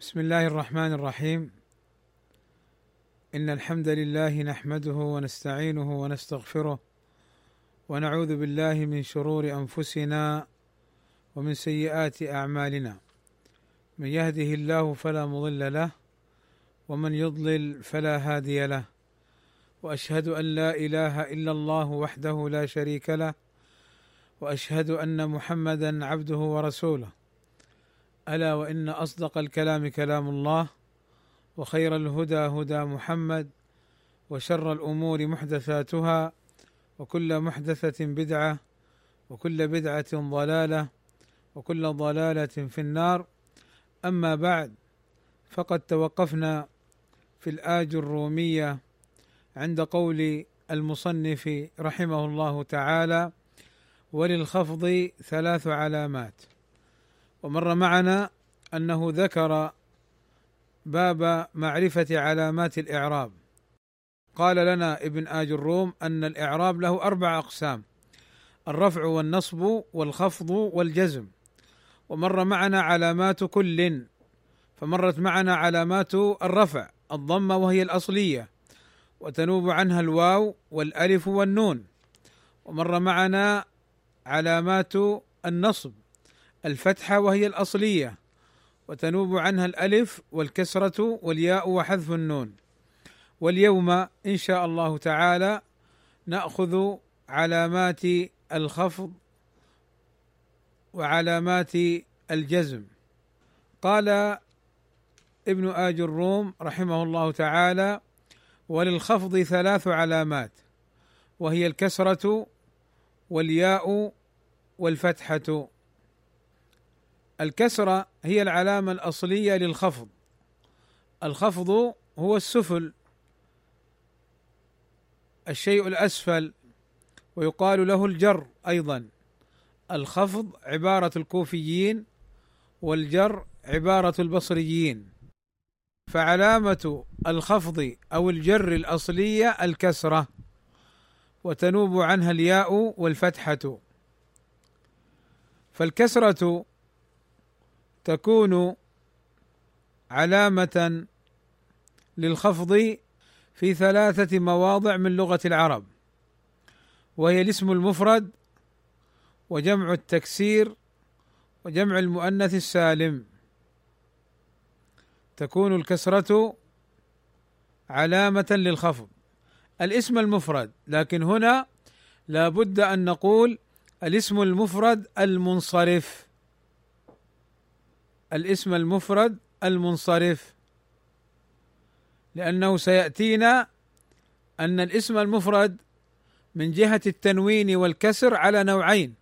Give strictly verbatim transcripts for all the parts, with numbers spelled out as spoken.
بسم الله الرحمن الرحيم. إن الحمد لله نحمده ونستعينه ونستغفره ونعوذ بالله من شرور أنفسنا ومن سيئات أعمالنا، من يهده الله فلا مضل له ومن يضلل فلا هادي له، وأشهد أن لا إله إلا الله وحده لا شريك له، وأشهد أن محمدا عبده ورسوله. ألا وإن أصدق الكلام كلام الله، وخير الهدى هدى محمد، وشر الأمور محدثاتها، وكل محدثة بدعة، وكل بدعة ضلالة، وكل ضلالة في النار. أما بعد، فقد توقفنا في الآج الرومية عند قول المصنف رحمه الله تعالى: وللخفض ثلاث علامات. ومر معنا أنه ذكر باب معرفة علامات الإعراب. قال لنا ابن آج الروم أن الإعراب له أربع أقسام: الرفع والنصب والخفض والجزم. ومر معنا علامات كل، فمرت معنا علامات الرفع الضمة وهي الأصلية، وتنوب عنها الواو والألف والنون. ومر معنا علامات النصب الفتحة وهي الأصلية، وتنوب عنها الألف والكسرة والياء وحذف النون. واليوم إن شاء الله تعالى نأخذ علامات الخفض وعلامات الجزم. قال ابن آج الروم رحمه الله تعالى: وللخفض ثلاث علامات، وهي الكسرة والياء والفتحة. الكسرة هي العلامة الأصلية للخفض. الخفض هو السفل، الشيء الأسفل، ويقال له الجر أيضا. الخفض عبارة الكوفيين، والجر عبارة البصريين. فعلامة الخفض أو الجر الأصلية الكسرة، وتنوب عنها الياء والفتحة. فالكسرة تكون علامة للخفض في ثلاثة مواضع من لغة العرب، وهي الاسم المفرد، وجمع التكسير، وجمع المؤنث السالم. تكون الكسرة علامة للخفض. الاسم المفرد، لكن هنا لا بد أن نقول الاسم المفرد المنصرف. الاسم المفرد المنصرف، لأنه سيأتينا أن الاسم المفرد من جهة التنوين والكسر على نوعين: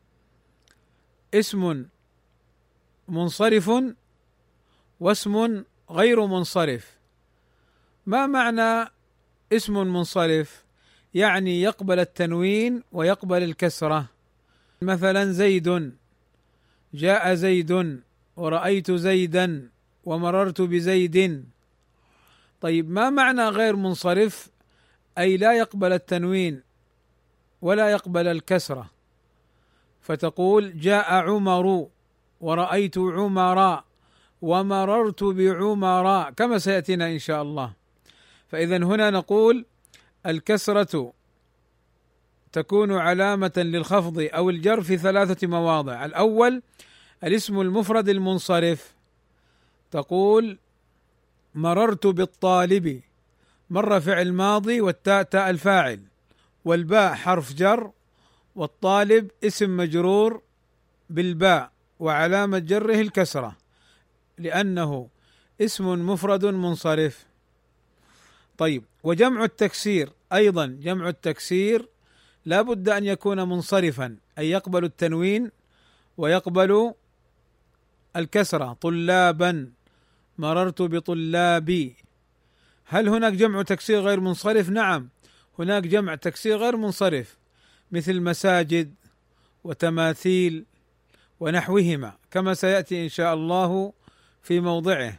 اسم منصرف واسم غير منصرف. ما معنى اسم منصرف؟ يعني يقبل التنوين ويقبل الكسرة. مثلا زيد، جاء زيد، ورأيت زيدا، ومررت بزيد. طيب، ما معنى غير منصرف؟ أي لا يقبل التنوين ولا يقبل الكسرة، فتقول جاء عمر، ورأيت عمراء، ومررت بعمراء، كما سيأتينا إن شاء الله. فإذا هنا نقول الكسرة تكون علامة للخفض أو الجر في ثلاثة مواضع. الأول الاسم المفرد المنصرف، تقول مررت بالطالب. مر فعل ماضي، والتاء تاء الفاعل، والباء حرف جر، والطالب اسم مجرور بالباء، وعلامة جره الكسرة لأنه اسم مفرد منصرف. طيب، وجمع التكسير أيضا، جمع التكسير لا بد أن يكون منصرفا، أي يقبل التنوين ويقبل الكسرة. طلابا، مررت بطلابي. هل هناك جمع تكسير غير منصرف؟ نعم، هناك جمع تكسير غير منصرف، مثل مساجد وتماثيل ونحوهما، كما سيأتي إن شاء الله في موضعه.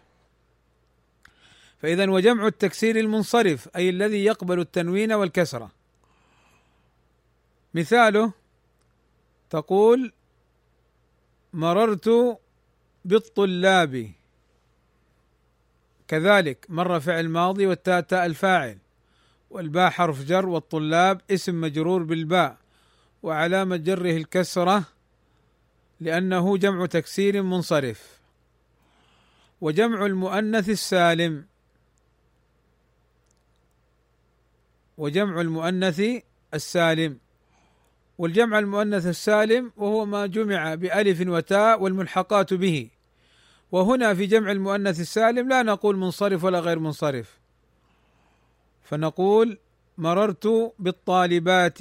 فإذا وجمع التكسير المنصرف أي الذي يقبل التنوين والكسرة. مثاله تقول مررت بالطلاب، كذلك مر فعل ماضي والتاء تاء الفاعل، والباء حرف جر، والطلاب اسم مجرور بالباء وعلامة جره الكسرة لأنه جمع تكسير منصرف. وجمع المؤنث السالم، وجمع المؤنث السالم والجمع المؤنث السالم وهو ما جمع بألف وتاء والملحقات به. وهنا في جمع المؤنث السالم لا نقول منصرف ولا غير منصرف، فنقول مررت بالطالبات،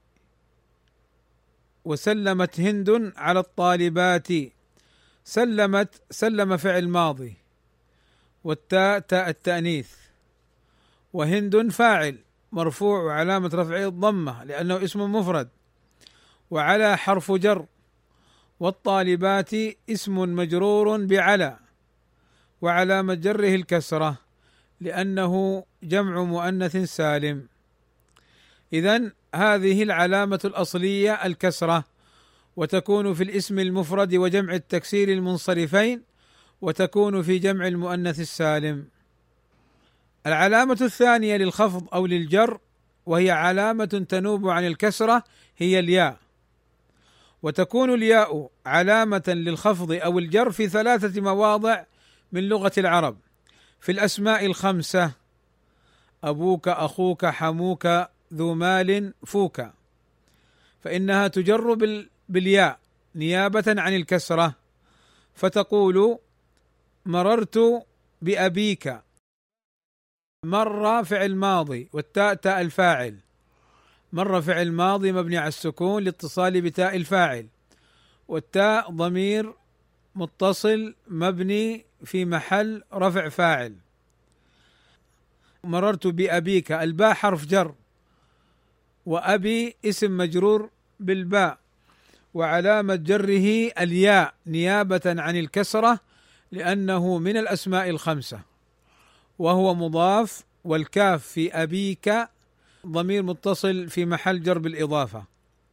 وسلمت هند على الطالبات. سلمت سلم فعل ماضي، والتاء تاء التأنيث، وهند فاعل مرفوع وعلامة رفعه الضمة لأنه اسم مفرد، وعلى حرف جر، والطالبات اسم مجرور بعلى وعلامة جره الكسرة لأنه جمع مؤنث سالم. إذن هذه العلامة الأصلية الكسرة، وتكون في الاسم المفرد وجمع التكسير المنصرفين، وتكون في جمع المؤنث السالم. العلامة الثانية للخفض أو للجر وهي علامة تنوب عن الكسرة هي الياء، وتكون الياء علامة للخفض أو الجر في ثلاثة مواضع من لغة العرب في الأسماء الخمسة: أبوك، أخوك، حموك، ذو مال، فوك، فإنها تجر بالياء نيابة عن الكسرة، فتقول مررت بأبيك. مر فعل ماضي والتاء تاء الفاعل، مر فعل ماضي مبني على السكون لاتصال بتاء الفاعل، والتاء ضمير متصل مبني في محل رفع فاعل. مررت بأبيك، الباء حرف جر، وأبي اسم مجرور بالباء وعلامة جره الياء نيابة عن الكسرة لأنه من الأسماء الخمسة، وهو مضاف، والكاف في أبيك ضمير متصل في محل جر بالإضافة.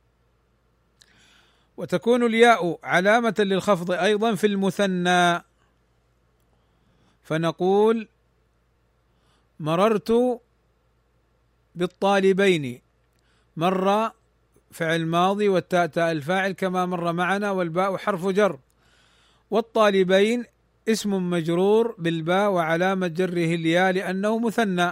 وتكون الياء علامة للخفض أيضا في المثنى، فنقول مررت بالطالبين. مر فعل ماضي والتاء تاء الفاعل كما مر معنا، والباء حرف جر، والطالبين اسم مجرور بالباء وعلامة جره الياء لأنه مثنى،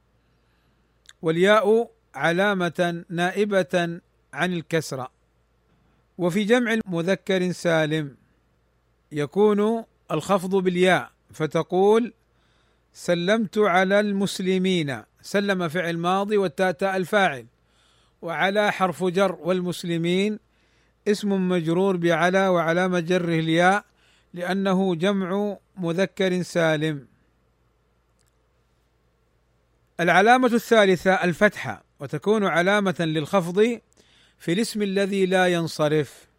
والياء علامة نائبة عن الكسرة. وفي جمع المذكر سالم يكون الخفض بالياء، فتقول سلمت على المسلمين. سلم فعل ماضي والتاء تاء الفاعل، وعلى حرف جر، والمسلمين اسم مجرور بعلى وعلامة جره الياء لأنه جمع مذكر سالم. العلامة الثالثة الفتحة، وتكون علامة للخفض في الاسم الذي لا ينصرف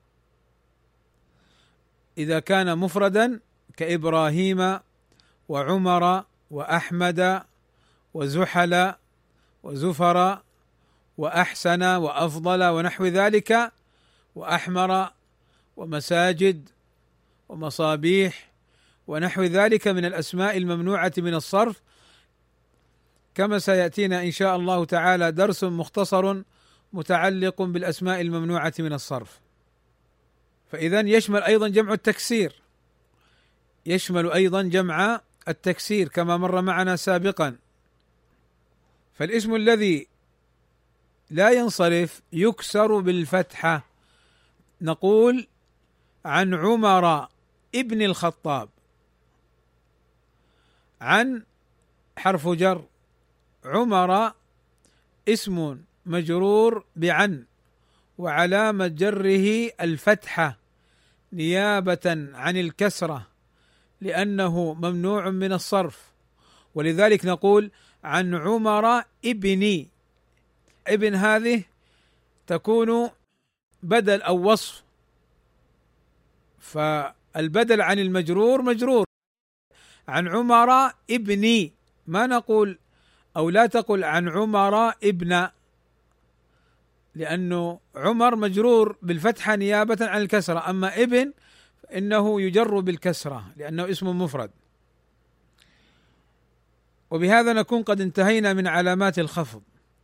إذا كان مفردا كإبراهيم وعمر وأحمد وزحل وزفر وأحسن وأفضل ونحو ذلك، وأحمر ومساجد ومصابيح ونحو ذلك من الأسماء الممنوعة من الصرف، كما سيأتينا إن شاء الله تعالى درس مختصر متعلق بالأسماء الممنوعة من الصرف. فإذا يشمل أيضا جمع التكسير، يشمل أيضا جمع التكسير كما مر معنا سابقا. فالاسم الذي لا ينصرف يكسر بالفتحة، نقول عن عمر ابن الخطاب. عن حرف جر، عمر اسم مجرور بعن وعلامة جره الفتحة نيابة عن الكسرة لأنه ممنوع من الصرف، ولذلك نقول عن عمر ابني. ابن هذه تكون بدل أو وصف، فالبدل عن المجرور مجرور. عن عمر ابني، ما نقول أو لا تقل عن عمر ابن، لأنه عمر مجرور بالفتحة نيابة عن الكسرة، أما ابن إنه يجر بالكسرة لأنه اسم مفرد. وبهذا نكون قد انتهينا من علامات الخفض.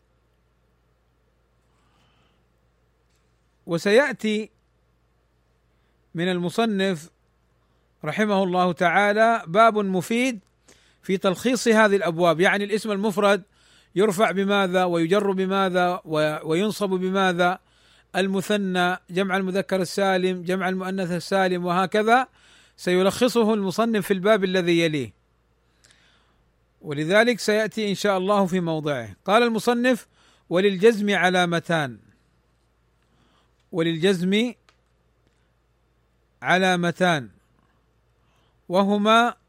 وسيأتي من المصنف رحمه الله تعالى باب مفيد في تلخيص هذه الأبواب، يعني الاسم المفرد يرفع بماذا ويجر بماذا وينصب بماذا، المثنى، جمع المذكر السالم، جمع المؤنث السالم، وهكذا سيلخصه المصنف في الباب الذي يليه، ولذلك سيأتي إن شاء الله في موضعه. قال المصنف: وللجزم علامتان. وللجزم علامتان وهما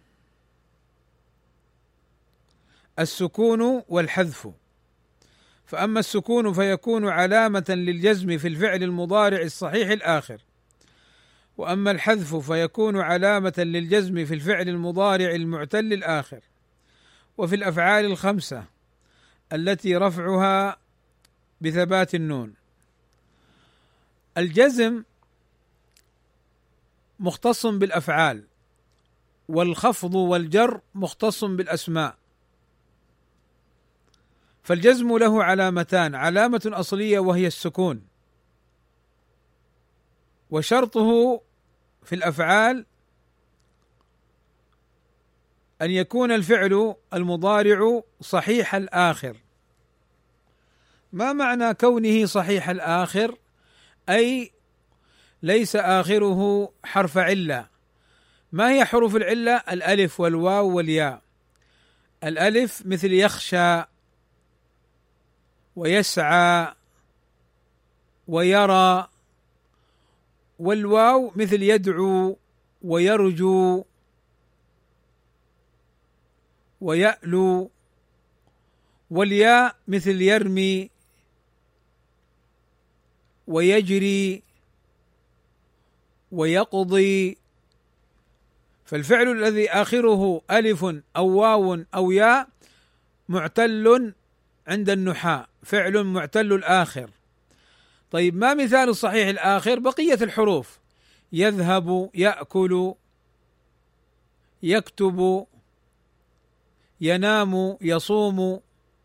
السكون والحذف. فأما السكون فيكون علامة للجزم في الفعل المضارع الصحيح الآخر، وأما الحذف فيكون علامة للجزم في الفعل المضارع المعتل الآخر، وفي الأفعال الخمسة التي رفعها بثبات النون. الجزم مختص بالأفعال، والخفض والجر مختص بالأسماء. فالجزم له علامتان: علامة أصلية وهي السكون، وشرطه في الأفعال أن يكون الفعل المضارع صحيح الآخر. ما معنى كونه صحيح الآخر؟ أي ليس آخره حرف علة. ما هي حروف العلة؟ الألف والواو والياء. الألف مثل يخشى ويسعى ويرى، والواو مثل يدعو ويرجو ويألو، والياء مثل يرمي ويجري ويقضي. فالفعل الذي آخره ألف أو واو أو ياء معتل عند النحاة، فعل معتل الآخر. طيب ما مثال الصحيح الآخر؟ بقية الحروف: يذهب، يأكل، يكتب، ينام، يصوم،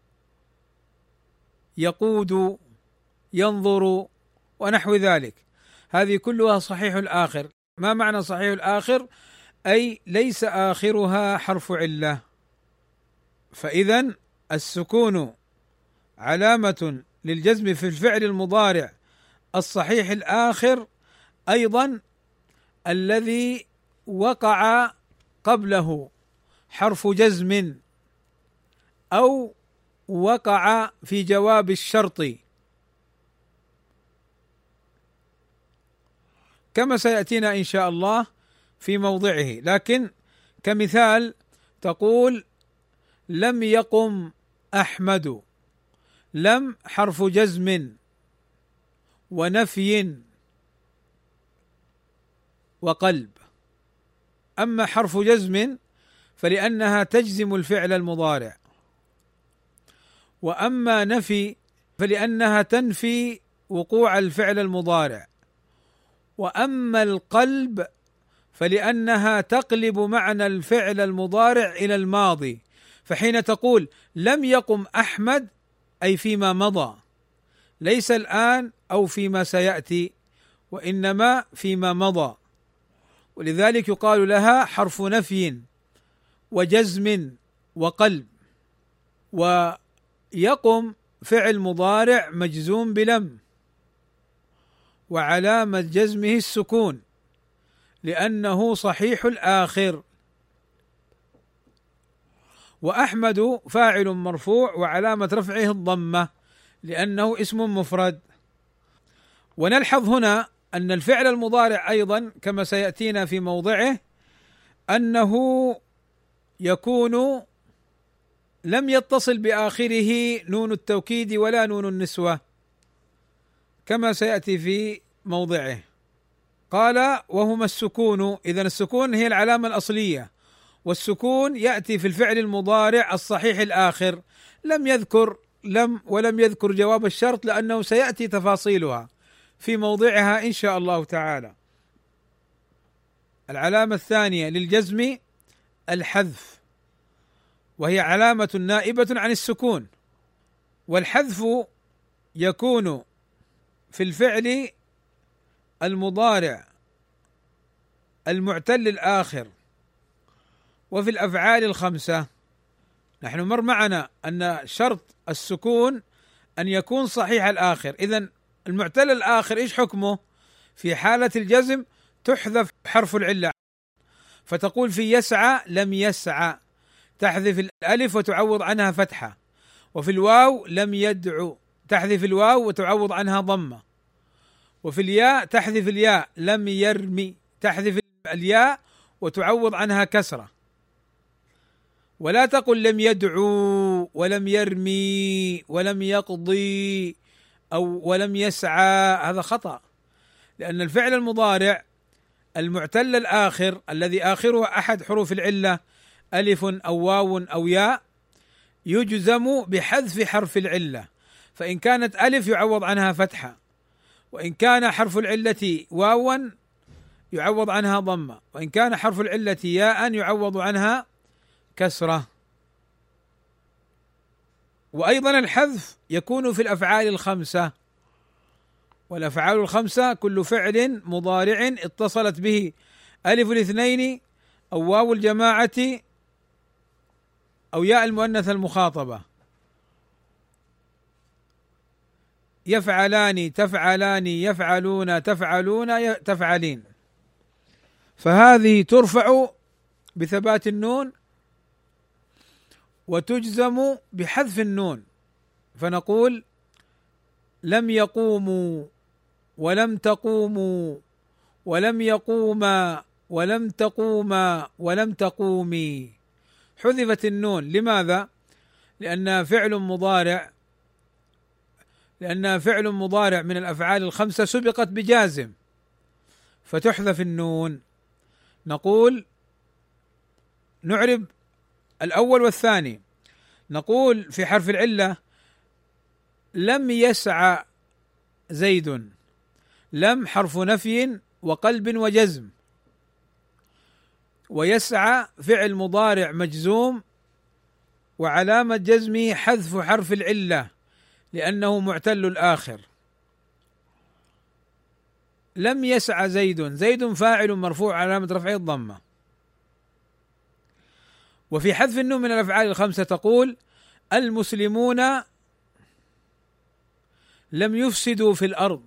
يقود، ينظر، ونحو ذلك. هذه كلها صحيح الآخر. ما معنى صحيح الآخر؟ أي ليس آخرها حرف علة. فإذا السكون علامة للجزم في الفعل المضارع الصحيح الآخر، أيضا الذي وقع قبله حرف جزم أو وقع في جواب الشرط، كما سيأتينا إن شاء الله في موضعه. لكن كمثال تقول: لم يقم أحمد. لم حرف جزم ونفي وقلب. أما حرف جزم فلأنها تجزم الفعل المضارع، وأما نفي فلأنها تنفي وقوع الفعل المضارع، وأما القلب فلأنها تقلب معنى الفعل المضارع إلى الماضي. فحين تقول لم يقم أحمد أي فيما مضى، ليس الآن أو فيما سيأتي، وإنما فيما مضى، ولذلك يقال لها حرف نفي وجزم وقلب. ويقم فعل مضارع مجزوم بلم، وعلامة جزمه السكون لأنه صحيح الآخر. وأحمد فاعل مرفوع وعلامة رفعه الضمة لأنه اسم مفرد. ونلحظ هنا أن الفعل المضارع أيضا كما سيأتينا في موضعه أنه يكون لم يتصل بآخره نون التوكيد ولا نون النسوة كما سيأتي في موضعه. قال: وهما السكون. إذن السكون هي العلامة الأصلية، والسكون يأتي في الفعل المضارع الصحيح الآخر. لم يذكر لم ولم يذكر جواب الشرط لأنه سيأتي تفاصيلها في موضعها إن شاء الله تعالى. العلامة الثانية للجزم الحذف، وهي علامة نائبة عن السكون. والحذف يكون في الفعل المضارع المعتل الآخر وفي الأفعال الخمسة. نحن مر معنا أن شرط السكون أن يكون صحيح الآخر، إذن المعتل الآخر إيش حكمه؟ في حالة الجزم تحذف حرف العلة، فتقول في يسعى لم يسعى، تحذف الألف وتعوض عنها فتحة. وفي الواو لم يدعو، تحذف الواو وتعوض عنها ضمة. وفي الياء تحذف الياء، لم يرمي، تحذف الياء وتعوض عنها كسرة. ولا تقل لم يدعو ولم يرمي ولم يقضي أو ولم يسعى، هذا خطأ، لأن الفعل المضارع المعتل الآخر الذي آخره أحد حروف العلة ألف أو واو أو ياء يجزم بحذف حرف العلة، فإن كانت ألف يعوض عنها فتحة، وإن كان حرف العلة واوا يعوض عنها ضمة، وإن كان حرف العلة ياء يعوض عنها كسرة. وأيضا الحذف يكون في الأفعال الخمسة، والأفعال الخمسة كل فعل مضارع اتصلت به ألف الاثنين أو واو الجماعة أو ياء المؤنث المخاطبة، يفعلان تفعلان يفعلون تفعلون تفعلين، فهذه ترفع بثبات النون وتجزم بحذف النون، فنقول لم يقوموا ولم تقوموا ولم يقوما ولم تقوما ولم تقومي، حذفت النون. لماذا؟ لأنها فعل مضارع لأنها فعل مضارع من الأفعال الخمسة سبقت بجازم فتحذف النون. نقول نعرب الأول والثاني. نقول في حرف العلة لم يسعى زيد، لم حرف نفي وقلب وجزم، ويسعى فعل مضارع مجزوم وعلامة جزمه حذف حرف العلة لأنه معتل الآخر. لم يسعى زيد، زيد فاعل مرفوع علامة رفعه الضمة. وفي حذف النون من الأفعال الخمسة تقول المسلمون لم يفسدوا في الأرض.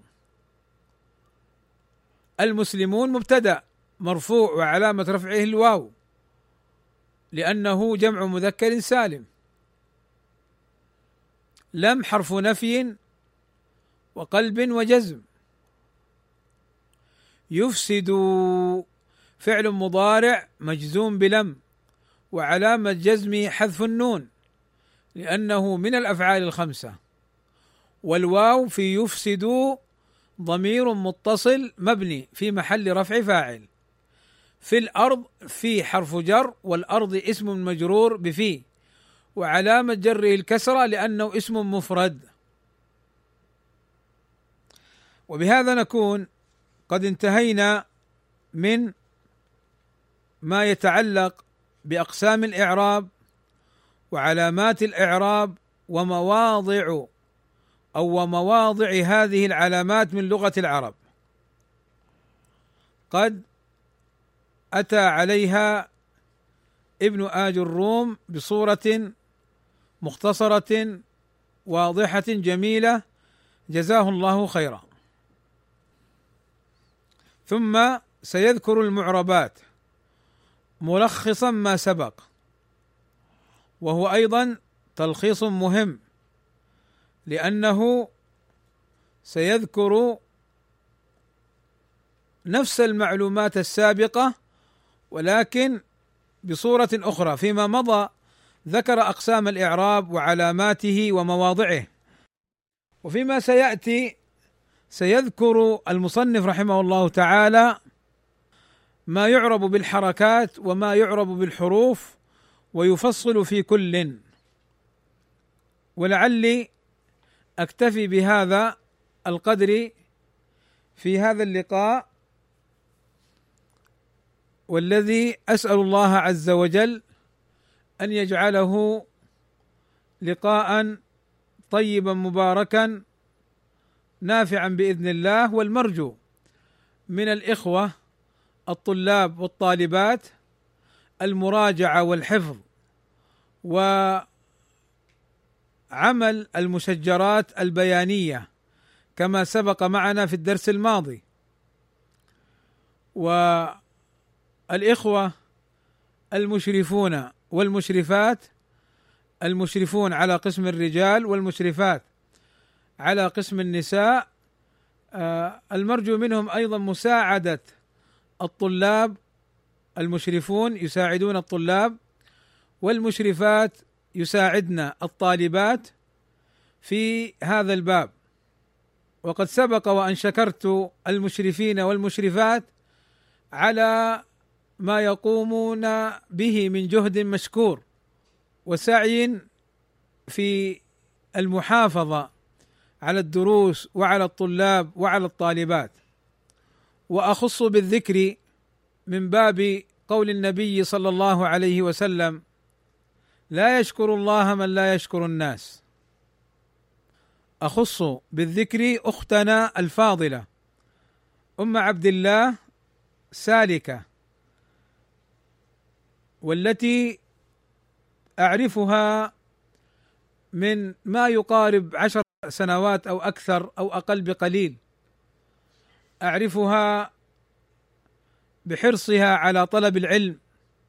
المسلمون مبتدأ مرفوع وعلامة رفعه الواو لأنه جمع مذكر سالم. لم حرف نفي وقلب وجزم. يفسد فعل مضارع مجزوم بلم وعلامة جزمه حذف النون لأنه من الأفعال الخمسة. والواو في يفسد ضمير متصل مبني في محل رفع فاعل. في الأرض في حرف جر والأرض اسم مجرور بفي وعلامة جره الكسرة لأنه اسم مفرد. وبهذا نكون قد انتهينا من ما يتعلق بأقسام الإعراب وعلامات الإعراب ومواضع أو ومواضع هذه العلامات من لغة العرب. قد أتى عليها ابن آج الروم بصورة مختصرة واضحة جميلة جزاه الله خيرا. ثم سيذكر المعربات ملخصا ما سبق، وهو أيضا تلخيص مهم لأنه سيذكر نفس المعلومات السابقة ولكن بصورة أخرى. فيما مضى ذكر أقسام الإعراب وعلاماته ومواضعه، وفيما سيأتي سيذكر المصنف رحمه الله تعالى ما يعرب بالحركات وما يعرب بالحروف ويفصل في كل. ولعلي أكتفي بهذا القدر في هذا اللقاء، والذي أسأل الله عز وجل أن يجعله لقاء طيبا مباركا نافعا بإذن الله. والمرجو من الإخوة الطلاب والطالبات المراجعة والحفظ وعمل المشجرات البيانية كما سبق معنا في الدرس الماضي. والإخوة المشرفون والمشرفات، المشرفون على قسم الرجال والمشرفات على قسم النساء، المرجو منهم أيضا مساعدة الطلاب، المشرفون يساعدون الطلاب والمشرفات يساعدن الطالبات في هذا الباب. وقد سبق وأن شكرت المشرفين والمشرفات على ما يقومون به من جهد مشكور وسعي في المحافظة على الدروس وعلى الطلاب وعلى الطالبات. وأخص بالذكر من باب قول النبي صلى الله عليه وسلم: لا يشكر الله من لا يشكر الناس. أخص بالذكر أختنا الفاضلة أم عبد الله سالكة، والتي أعرفها من ما يقارب عشر سنوات أو أكثر أو أقل بقليل. أعرفها بحرصها على طلب العلم،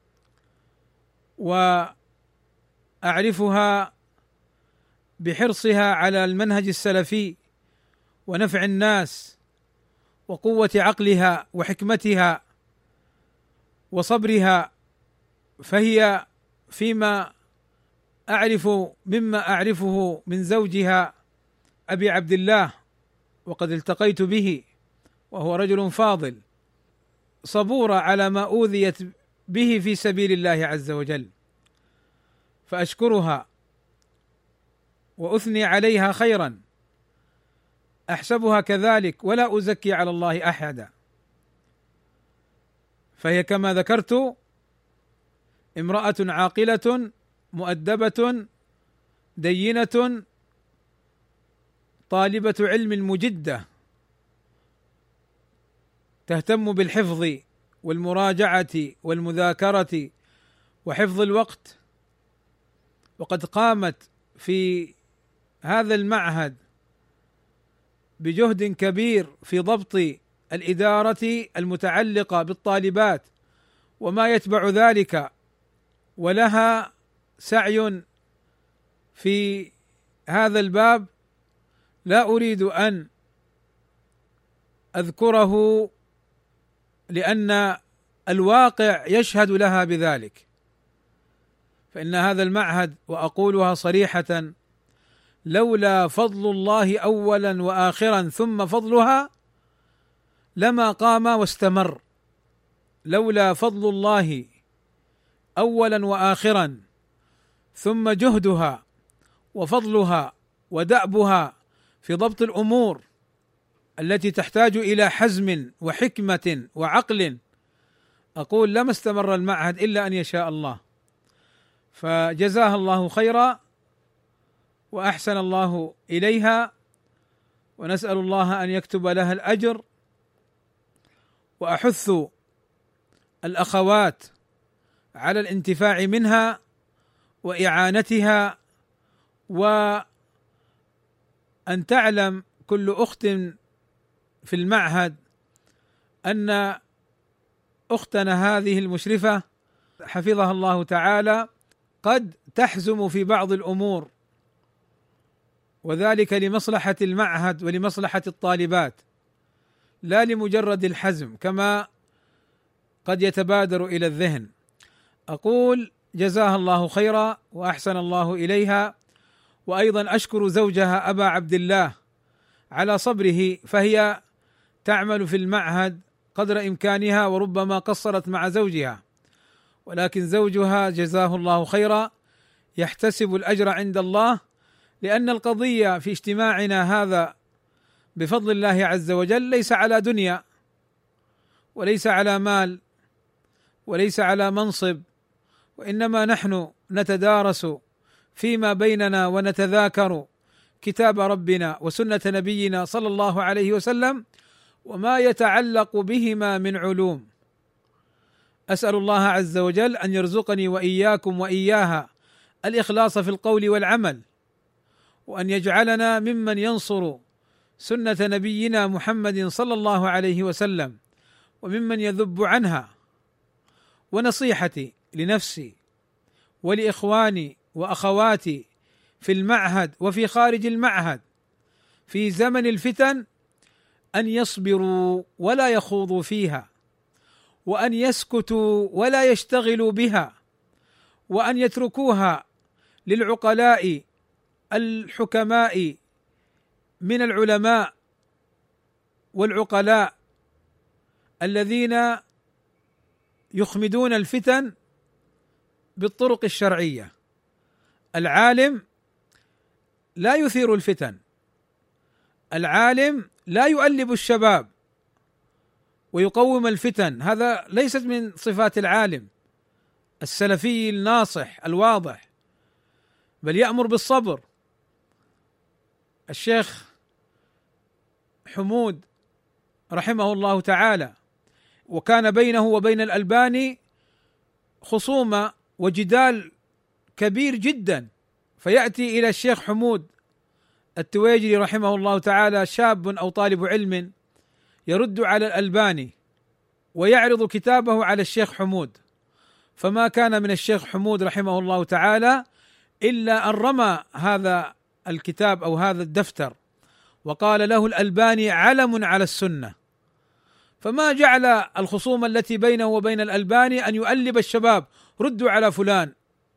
وأعرفها بحرصها على المنهج السلفي ونفع الناس، وقوة عقلها وحكمتها وصبرها. فهي فيما أعرف مما أعرفه من زوجها أبي عبد الله، وقد التقيت به وهو رجل فاضل، صبورة على ما أوذيت به في سبيل الله عز وجل. فأشكرها وأثني عليها خيرا، أحسبها كذلك ولا أزكي على الله أحدا. فهي كما ذكرت امرأة عاقلة مؤدبة دينة طالبة علم مجدة، تهتم بالحفظ والمراجعة والمذاكرة وحفظ الوقت. وقد قامت في هذا المعهد بجهد كبير في ضبط الإدارة المتعلقة بالطالبات وما يتبع ذلك، ولها سعي في هذا الباب لا أريد أن أذكره لأن الواقع يشهد لها بذلك. فإن هذا المعهد، وأقولها صريحة، لولا فضل الله أولا وآخرا ثم فضلها لما قام واستمر. لولا فضل الله أولا وآخرا ثم جهدها وفضلها ودأبها في ضبط الأمور التي تحتاج إلى حزم وحكمة وعقل، أقول لما استمر المعهد إلا أن يشاء الله. فجزاها الله خيرا وأحسن الله إليها، ونسأل الله أن يكتب لها الأجر. وأحث الأخوات على الانتفاع منها وإعانتها، وأن تعلم كل أخت في المعهد أن أختنا هذه المشرفة حفظها الله تعالى قد تحزم في بعض الأمور، وذلك لمصلحة المعهد ولمصلحة الطالبات، لا لمجرد الحزم كما قد يتبادر إلى الذهن. أقول جزاها الله خيرا وأحسن الله إليها. وأيضا أشكر زوجها أبا عبد الله على صبره، فهي تعمل في المعهد قدر إمكانها وربما قصرت مع زوجها، ولكن زوجها جزاه الله خيرا يحتسب الأجر عند الله، لأن القضية في اجتماعنا هذا بفضل الله عز وجل ليس على دنيا وليس على مال وليس على منصب وإنما نحن نتدارس فيما بيننا ونتذاكر كتاب ربنا وسنة نبينا صلى الله عليه وسلم وما يتعلق بهما من علوم. أسأل الله عز وجل أن يرزقني وإياكم وإياها الإخلاص في القول والعمل، وأن يجعلنا ممن ينصر سنة نبينا محمد صلى الله عليه وسلم وممن يذب عنها. ونصيحتي لنفسي ولإخواني وأخواتي في المعهد وفي خارج المعهد في زمن الفتن أن يصبروا ولا يخوضوا فيها، وأن يسكتوا ولا يشتغلوا بها، وأن يتركوها للعقلاء الحكماء من العلماء والعقلاء الذين يخمدون الفتن بالطرق الشرعية. العالم لا يثير الفتن، العالم لا يؤلب الشباب ويقوم الفتن، هذا ليست من صفات العالم السلفي الناصح الواضح، بل يأمر بالصبر. الشيخ حمود رحمه الله تعالى وكان بينه وبين الألباني خصومة وجدال كبير جدا، فيأتي إلى الشيخ حمود التويجري رحمه الله تعالى شاب أو طالب علم يرد على الألباني ويعرض كتابه على الشيخ حمود، فما كان من الشيخ حمود رحمه الله تعالى إلا أن رمى هذا الكتاب أو هذا الدفتر وقال له الألباني علم على السنة، فما جعل الخصومة التي بينه وبين الألباني أن يؤلب الشباب، ردوا على فلان،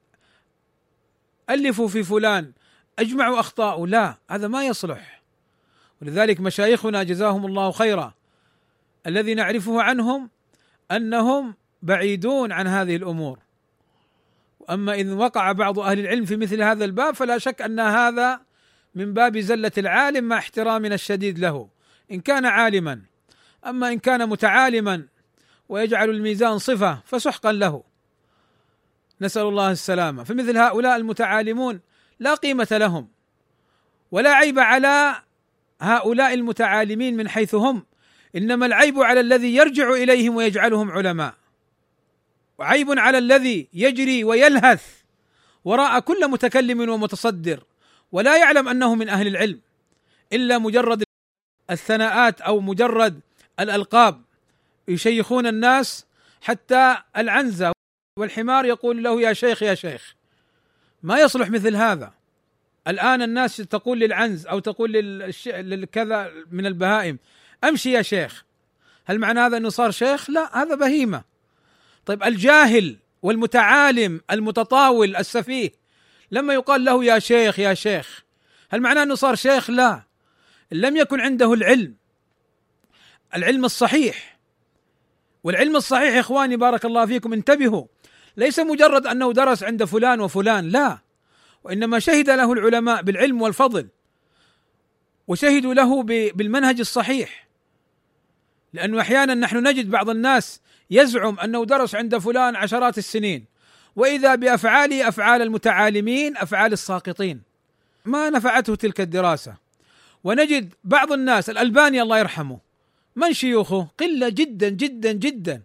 ألفوا في فلان، أجمعوا أخطاءه، لا، هذا ما يصلح. ولذلك مشايخنا جزاهم الله خيرا الذي نعرفه عنهم أنهم بعيدون عن هذه الأمور. وأما إن وقع بعض أهل العلم في مثل هذا الباب فلا شك أن هذا من باب زلة العالم مع احترامنا الشديد له إن كان عالما، أما إن كان متعالما ويجعل الميزان صفة فسحقا له، نسأل الله السلامة. فمثل هؤلاء المتعالمون لا قيمة لهم، ولا عيب على هؤلاء المتعالمين من حيث هم، إنما العيب على الذي يرجع إليهم ويجعلهم علماء، وعيب على الذي يجري ويلهث وراء كل متكلم ومتصدر ولا يعلم أنه من أهل العلم إلا مجرد الثناءات أو مجرد الألقاب، يشيخون الناس حتى العنزة والحمار يقول له يا شيخ يا شيخ. ما يصلح مثل هذا. الآن الناس تقول للعنز أو تقول للكذا من البهائم أمشي يا شيخ، هل معنى هذا أنه صار شيخ؟ لا، هذا بهيمة. طيب الجاهل والمتعالم المتطاول السفيه لما يقال له يا شيخ يا شيخ هل معناه أنه صار شيخ؟ لا، لم يكن عنده العلم العلم الصحيح. والعلم الصحيح يا إخواني بارك الله فيكم انتبهوا، ليس مجرد أنه درس عند فلان وفلان، لا، وإنما شهد له العلماء بالعلم والفضل وشهدوا له بالمنهج الصحيح. لأنه أحيانا نحن نجد بعض الناس يزعم أنه درس عند فلان عشرات السنين وإذا بأفعاله أفعال المتعالمين أفعال الساقطين، ما نفعته تلك الدراسة. ونجد بعض الناس الألباني الله يرحمه من شيوخه؟ قلة جدا جدا جدا،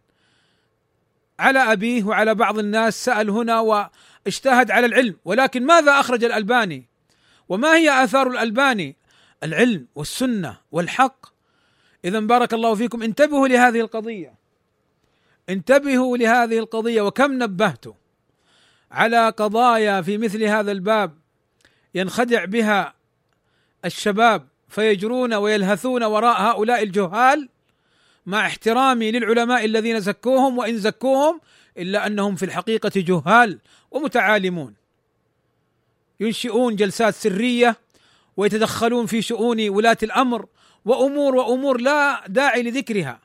على أبيه وعلى بعض الناس سأل هنا واجتهد على العلم، ولكن ماذا أخرج الألباني؟ وما هي آثار الألباني؟ العلم والسنة والحق. إذا بارك الله فيكم انتبهوا لهذه القضية، انتبهوا لهذه القضية. وكم نبهت على قضايا في مثل هذا الباب ينخدع بها الشباب فيجرون ويلهثون وراء هؤلاء الجهال، مع احترامي للعلماء الذين زكوهم وإن زكوهم إلا أنهم في الحقيقة جهال ومتعالمون، ينشئون جلسات سرية ويتدخلون في شؤون ولاة الأمر وأمور وأمور لا داعي لذكرها.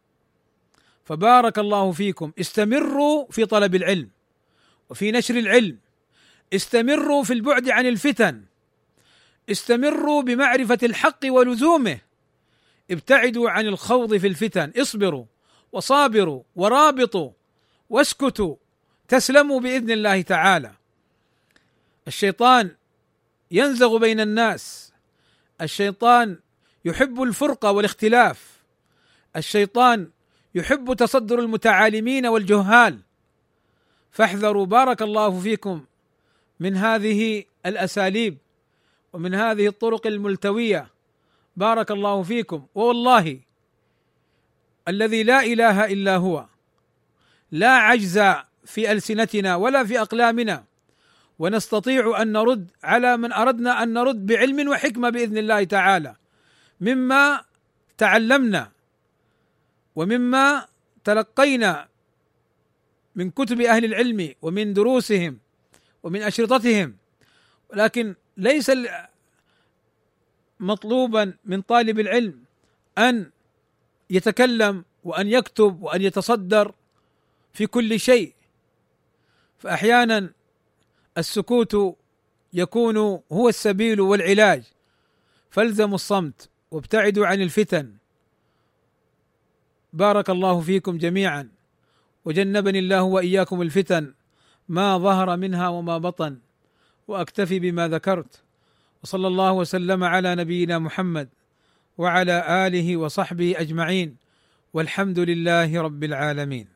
فبارك الله فيكم استمروا في طلب العلم وفي نشر العلم، استمروا في البعد عن الفتن، استمروا بمعرفة الحق ولزومه، ابتعدوا عن الخوض في الفتن، اصبروا وصابروا ورابطوا واسكتوا تسلموا باذن الله تعالى. الشيطان ينزغ بين الناس، الشيطان يحب الفرقه والاختلاف، الشيطان يحب تصدر المتعالمين والجهال، فاحذروا بارك الله فيكم من هذه الاساليب ومن هذه الطرق الملتويه، بارك الله فيكم. ووالله الذي لا اله الا هو لا عجز في السنتنا ولا في اقلامنا، ونستطيع ان نرد على من اردنا ان نرد بعلم وحكمه باذن الله تعالى، مما تعلمنا ومما تلقينا من كتب اهل العلم ومن دروسهم ومن اشرطتهم. ولكن ليس مطلوبا من طالب العلم ان يتكلم وان يكتب وان يتصدر في كل شيء، فاحيانا السكوت يكون هو السبيل والعلاج، فالزموا الصمت وابتعدوا عن الفتن. بارك الله فيكم جميعا، وجنبني الله واياكم الفتن ما ظهر منها وما بطن، واكتفي بما ذكرت، وصلى الله وسلم على نبينا محمد وعلى اله وصحبه اجمعين، والحمد لله رب العالمين.